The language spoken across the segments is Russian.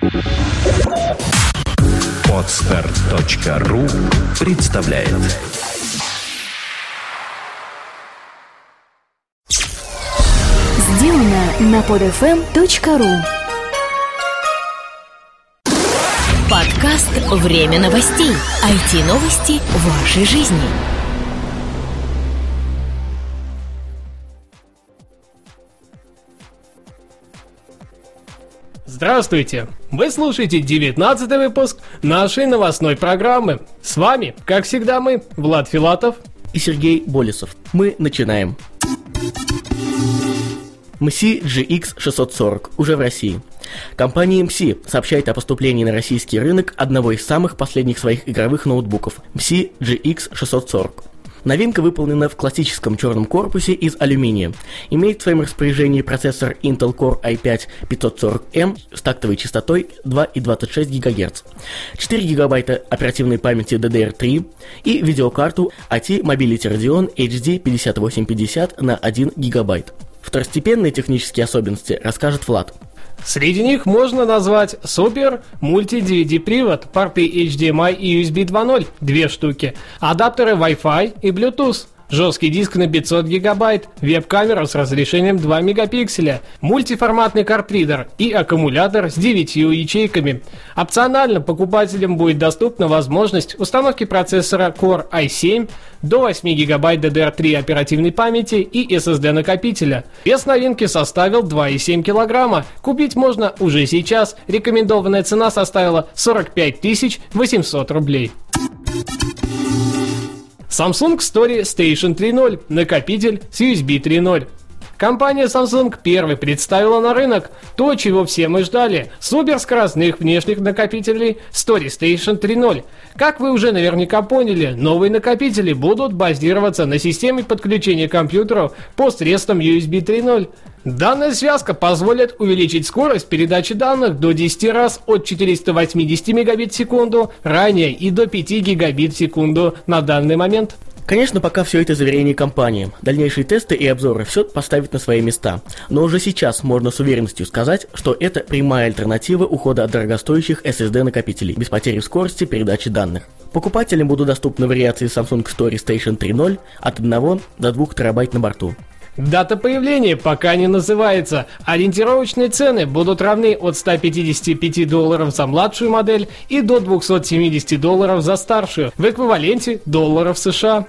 Podster.ru представляет. Сделано на podfm.ru. Подкаст «Время новостей». IT-новости вашей жизни. Здравствуйте! Вы слушаете 19-й выпуск нашей новостной программы. С вами, как всегда, мы, Влад Филатов и Сергей Болесов. Мы начинаем. МСИ GX640 уже в России. Компания МСИ сообщает о поступлении на российский рынок одного из самых последних своих игровых ноутбуков МСИ GX640. Новинка выполнена в классическом черном корпусе из алюминия. Имеет в своем распоряжении процессор Intel Core i5-540M с тактовой частотой 2,26 ГГц, 4 ГБ оперативной памяти DDR3 и видеокарту AT Mobility Radeon HD 5850 на 1 ГБ. Второстепенные технические особенности расскажет Влад. Среди них можно назвать Super Multi-DVD привод, порты HDMI и USB 2.0, 2 штуки, адаптеры Wi-Fi и Bluetooth, жесткий диск на 500 гигабайт, веб-камера с разрешением 2 мегапикселя, мультиформатный картридер и аккумулятор с 9 ячейками. Опционально покупателям будет доступна возможность установки процессора Core i7 до 8 гигабайт DDR3 оперативной памяти и SSD-накопителя. Вес новинки составил 2,7 килограмма. Купить можно уже сейчас. Рекомендованная цена составила 45 800 рублей. Samsung Story Station 3.0 – накопитель с USB 3.0. Компания Samsung первой представила на рынок то, чего все мы ждали – суперскоростных внешних накопителей Story Station 3.0. Как вы уже наверняка поняли, новые накопители будут базироваться на системе подключения компьютеров посредством USB 3.0. Данная связка позволит увеличить скорость передачи данных до 10 раз от 480 мегабит в секунду ранее и до 5 гигабит в секунду на данный момент. Конечно, пока все это заверение компании. Дальнейшие тесты и обзоры все поставят на свои места. Но уже сейчас можно с уверенностью сказать, что это прямая альтернатива ухода от дорогостоящих SSD-накопителей без потери в скорости передачи данных. Покупателям будут доступны вариации Samsung Story Station 3.0 от 1 до 2 терабайт на борту. Дата появления пока не называется. Ориентировочные цены будут равны от $155 за младшую модель и до $270 за старшую, в эквиваленте долларов США.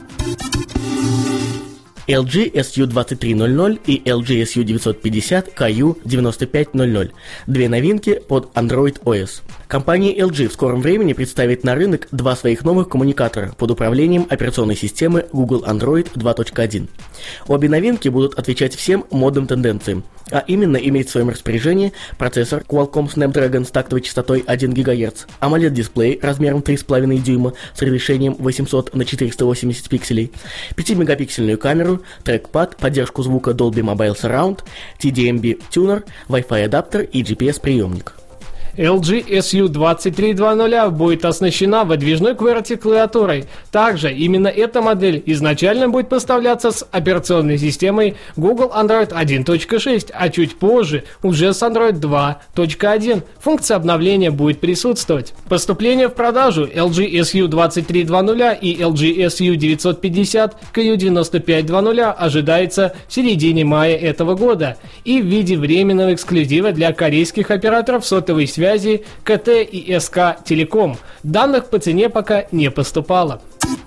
LG SU2300 и LG SU950 KU9500. Две новинки под Android OS. Компания LG в скором времени представит на рынок два своих новых коммуникатора под управлением операционной системы Google Android 2.1. Обе новинки будут отвечать всем модным тенденциям, а именно иметь в своем распоряжении процессор Qualcomm Snapdragon с тактовой частотой 1 ГГц, AMOLED-дисплей размером 3,5 дюйма с разрешением 800 на 480 пикселей, 5-мегапиксельную камеру, трекпад, поддержку звука Dolby Mobile Surround, TDMB тюнер, Wi-Fi адаптер и GPS-приемник. LG SU2300 будет оснащена выдвижной QWERTY-клавиатурой. Также именно эта модель изначально будет поставляться с операционной системой Google Android 1.6, а чуть позже уже с Android 2.1. Функция обновления будет присутствовать. Поступление в продажу LG SU2300 и LG SU950 KU9520 ожидается в середине мая этого года и в виде временного эксклюзива для корейских операторов сотовой связи КТ и СК Телеком. Данных по цене пока не поступало.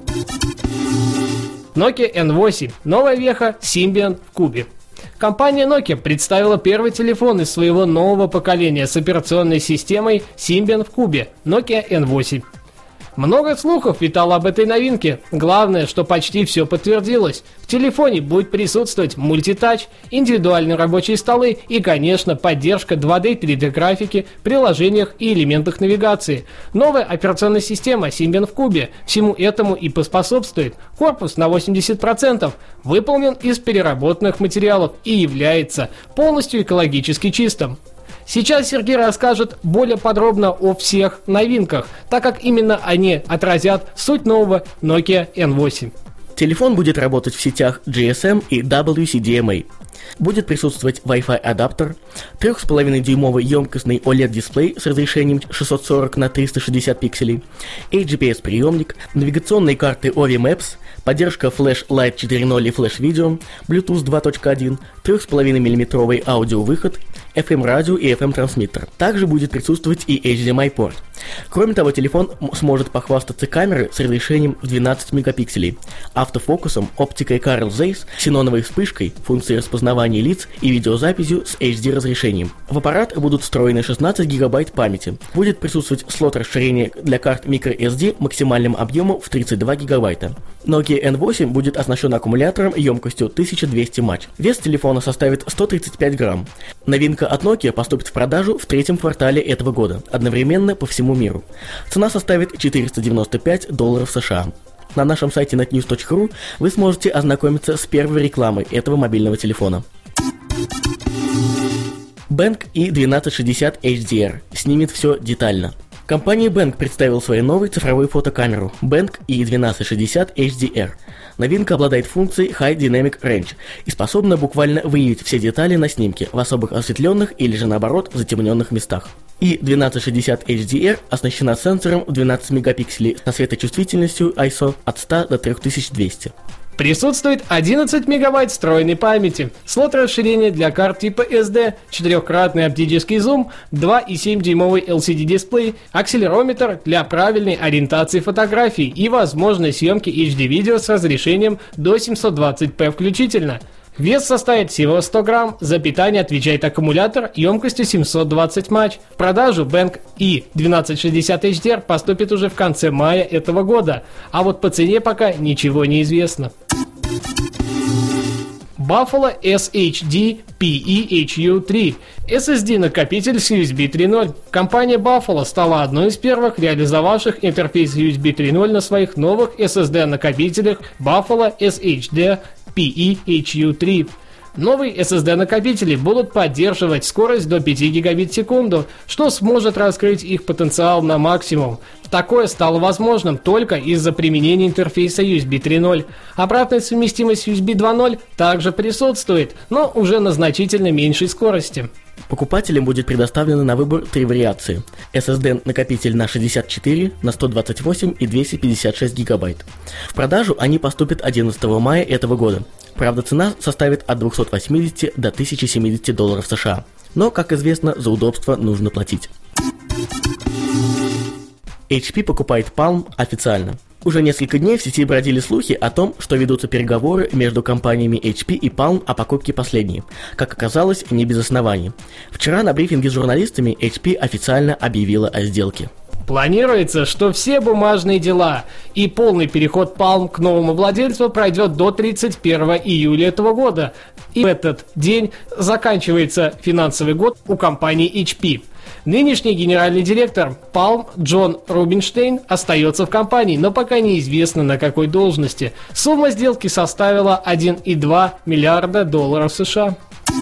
Nokia N8. Новая веха Symbian в кубе. Компания Nokia представила первый телефон из своего нового поколения с операционной системой Symbian в кубе Nokia N8. Много слухов витало об этой новинке. Главное, что почти все подтвердилось. В телефоне будет присутствовать мультитач, индивидуальные рабочие столы и, конечно, поддержка 2D, 3D графики, приложениях и элементах навигации. Новая операционная система Symbian в кубе всему этому и поспособствует. Корпус на 80% выполнен из переработанных материалов и является полностью экологически чистым. Сейчас Сергей расскажет более подробно о всех новинках, так как именно они отразят суть нового Nokia N8. Телефон будет работать в сетях GSM и WCDMA. Будет присутствовать Wi-Fi адаптер, 3,5-дюймовый емкостный OLED-дисплей с разрешением 640 на 360 пикселей, GPS-приемник, навигационные карты OVI Maps, поддержка Flash Lite 4.0 и Flash Video, Bluetooth 2.1, 3,5 мм аудиовыход, FM-радио и FM-трансмиттер. Также будет присутствовать и HDMI-порт. Кроме того, телефон сможет похвастаться камерой с разрешением в 12 мегапикселей, автофокусом, оптикой Carl Zeiss, ксеноновой вспышкой, функцией распознавания лиц и видеозаписью с HD разрешением. В аппарат будут встроены 16 гигабайт памяти. Будет присутствовать слот расширения для карт microSD максимальным объемом в 32 гигабайта. Nokia N8 будет оснащен аккумулятором емкостью 1200 мАч. Вес телефона составит 135 грамм. Новинка от Nokia поступит в продажу в третьем квартале этого года, одновременно по всему миру. Цена составит $495 США. На нашем сайте netnews.ru вы сможете ознакомиться с первой рекламой этого мобильного телефона. Bank E1260 HDR снимет все детально. Компания Bank представила свою новую цифровую фотокамеру Bank E1260 HDR. Новинка обладает функцией High Dynamic Range и способна буквально выявить все детали на снимке в особых осветленных или же наоборот затемненных местах. E1260 HDR оснащена сенсором в 12 мегапикселей со светочувствительностью ISO от 100 до 3200. Присутствует 11 мегабайт встроенной памяти, слот расширения для карт типа SD, 4-кратный оптический зум, 2,7-дюймовый LCD-дисплей, акселерометр для правильной ориентации фотографий и возможность съемки HD-видео с разрешением до 720p включительно. Вес составит всего 100 грамм, за питание отвечает аккумулятор емкостью 720 мАч. В продажу Bank E1260 HDR поступит уже в конце мая этого года, а вот по цене пока ничего не известно. Buffalo SHD PE-HU3 SSD-накопитель с USB 3.0. Компания Buffalo стала одной из первых, реализовавших интерфейс USB 3.0 на своих новых SSD-накопителях Buffalo SHD PE-HU3. Новые SSD-накопители будут поддерживать скорость до 5 гигабит в секунду, что сможет раскрыть их потенциал на максимум. Такое стало возможным только из-за применения интерфейса USB 3.0. Обратная совместимость с USB 2.0 также присутствует, но уже на значительно меньшей скорости. Покупателям будет предоставлено на выбор 3 вариации. SSD-накопитель на 64, на 128 и 256 гигабайт. В продажу они поступят 11 мая этого года. Правда, цена составит от $280 до $1070 США. Но, как известно, за удобство нужно платить. HP покупает Palm официально. Уже несколько дней в сети бродили слухи о том, что ведутся переговоры между компаниями HP и Palm о покупке последней. Как оказалось, не без оснований. Вчера на брифинге с журналистами HP официально объявила о сделке. Планируется, что все бумажные дела и полный переход Palm к новому владельцу пройдет до 31 июля этого года. И в этот день заканчивается финансовый год у компании HP. Нынешний генеральный директор Palm Джон Рубинштейн остается в компании, но пока неизвестно на какой должности. Сумма сделки составила $1,2 миллиарда США.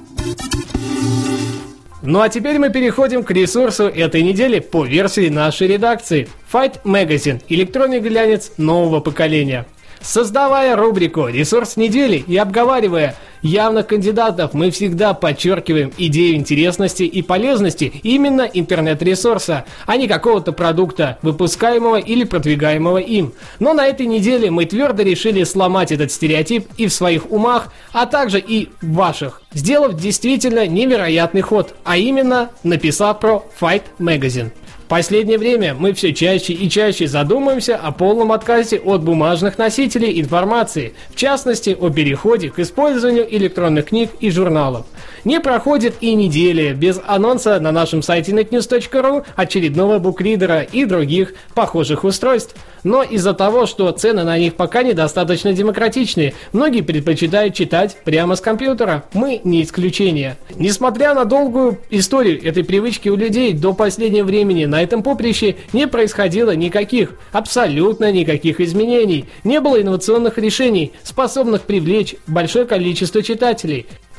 Ну а теперь мы переходим к ресурсу этой недели по версии нашей редакции. Fight Magazine – электронный глянец нового поколения. Создавая рубрику «Ресурс недели» и обговаривая явных кандидатов, мы всегда подчеркиваем идею интересности и полезности именно интернет-ресурса, а не какого-то продукта, выпускаемого или продвигаемого им. Но на этой неделе мы твердо решили сломать этот стереотип и в своих умах, а также и в ваших, сделав действительно невероятный ход, а именно написав про Fight Magazine. В последнее время мы все чаще и чаще задумываемся о полном отказе от бумажных носителей информации, в частности о переходе к использованию электронных книг и журналов. Не проходит и недели без анонса на нашем сайте netnews.ru очередного букридера и других похожих устройств. Но из-за того, что цены на них пока недостаточно демократичные, многие предпочитают читать прямо с компьютера. Мы не исключение. Несмотря на долгую историю этой привычки у людей, до последнего времени на этом поприще не происходило абсолютно никаких изменений. Не было инновационных решений, способных привлечь большое количество читателей.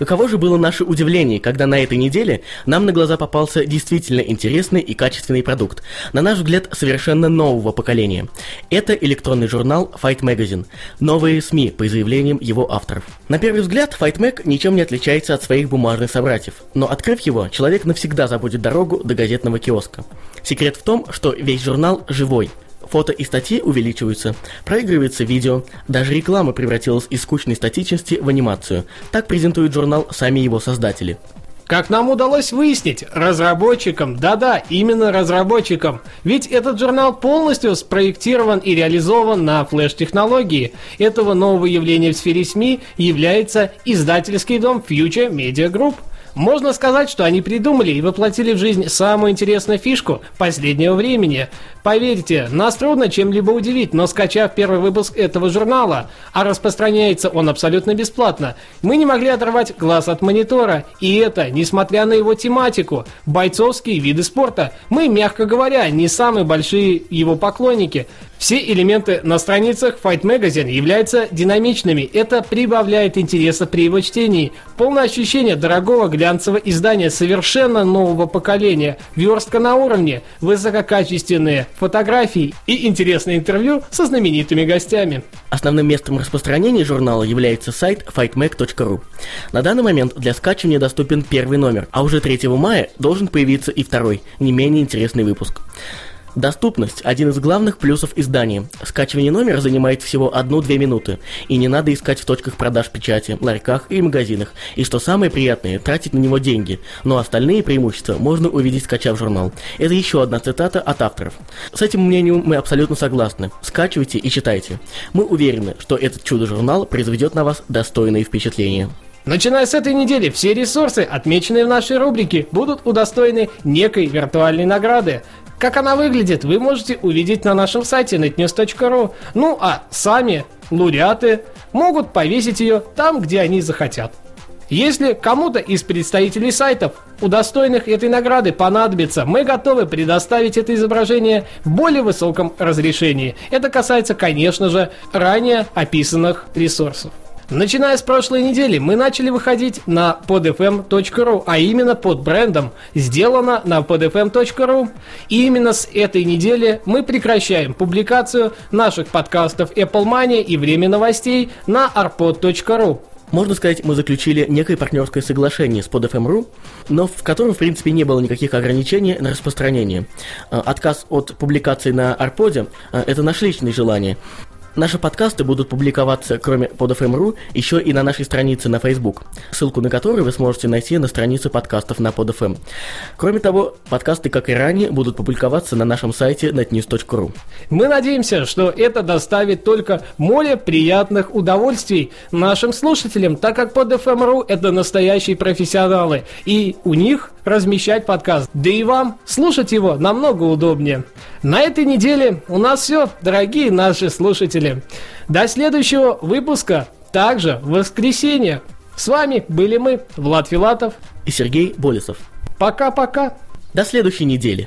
Каково же было наше удивление, когда на этой неделе нам на глаза попался действительно интересный и качественный продукт, на наш взгляд, совершенно нового поколения. Это электронный журнал Fight Magazine, новые СМИ по заявлениям его авторов. На первый взгляд, Fight Mag ничем не отличается от своих бумажных собратьев, но открыв его, человек навсегда забудет дорогу до газетного киоска. Секрет в том, что весь журнал живой. Фото и статьи увеличиваются, проигрывается видео, даже реклама превратилась из скучной статичности в анимацию. Так презентует журнал сами его создатели. Как нам удалось выяснить, разработчикам, да-да, именно разработчикам, ведь этот журнал полностью спроектирован и реализован на флеш-технологии. Этого нового явления в сфере СМИ является издательский дом Future Media Group. Можно сказать, что они придумали и воплотили в жизнь самую интересную фишку последнего времени. Поверьте, нас трудно чем-либо удивить, но скачав первый выпуск этого журнала, а распространяется он абсолютно бесплатно, мы не могли оторвать глаз от монитора. И это, несмотря на его тематику, бойцовские виды спорта. Мы, мягко говоря, не самые большие его поклонники. Все элементы на страницах Fight Magazine являются динамичными. Это прибавляет интереса при его чтении. Полное ощущение дорогого глянцевого издания совершенно нового поколения. Верстка на уровне, высококачественные фотографии и интересные интервью со знаменитыми гостями. Основным местом распространения журнала является сайт fightmag.ru. На данный момент для скачивания доступен первый номер, а уже 3 мая должен появиться и второй, не менее интересный выпуск. Доступность – один из главных плюсов издания. Скачивание номера занимает всего 1-2 минуты, и не надо искать в точках продаж печати, ларьках и магазинах. И что самое приятное – тратить на него деньги, но остальные преимущества можно увидеть, скачав журнал. Это еще одна цитата от авторов. С этим мнением мы абсолютно согласны. Скачивайте и читайте. Мы уверены, что этот чудо-журнал произведет на вас достойные впечатления. Начиная с этой недели, все ресурсы, отмеченные в нашей рубрике, будут удостоены некой виртуальной награды. Как она выглядит, вы можете увидеть на нашем сайте netnews.ru. Ну а сами лауреаты могут повесить ее там, где они захотят. Если кому-то из представителей сайтов, удостоенных этой награды, понадобится, мы готовы предоставить это изображение в более высоком разрешении. Это касается, конечно же, ранее описанных ресурсов. Начиная с прошлой недели мы начали выходить на podfm.ru, а именно под брендом «Сделано на podfm.ru». И именно с этой недели мы прекращаем публикацию наших подкастов Apple Money и «Время новостей» на arpod.ru. Можно сказать, мы заключили некое партнерское соглашение с PodFM.ru, но в котором, в принципе, не было никаких ограничений на распространение. Отказ от публикации на Арподе – это наше личное желание. Наши подкасты будут публиковаться, кроме PodFM.ru, еще и на нашей странице на Facebook, ссылку на которую вы сможете найти на странице подкастов на PodFM. Кроме того, подкасты, как и ранее, будут публиковаться на нашем сайте netnews.ru. Мы надеемся, что это доставит только море приятных удовольствий нашим слушателям, так как PodFM.ru это настоящие профессионалы, и у них размещать подкаст, да и вам слушать его намного удобнее. На этой неделе у нас все, дорогие наши слушатели. До следующего выпуска, также в воскресенье. С вами были мы, Влад Филатов и Сергей Болесов. Пока-пока. До следующей недели.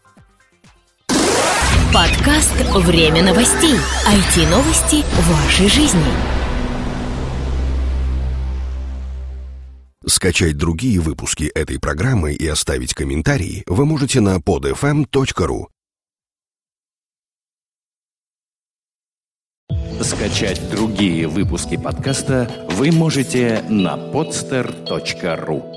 Подкаст «Время новостей». IT-новости вашей жизни. Скачать другие выпуски этой программы и оставить комментарии вы можете на podfm.ru. Скачать другие выпуски подкаста вы можете на podster.ru.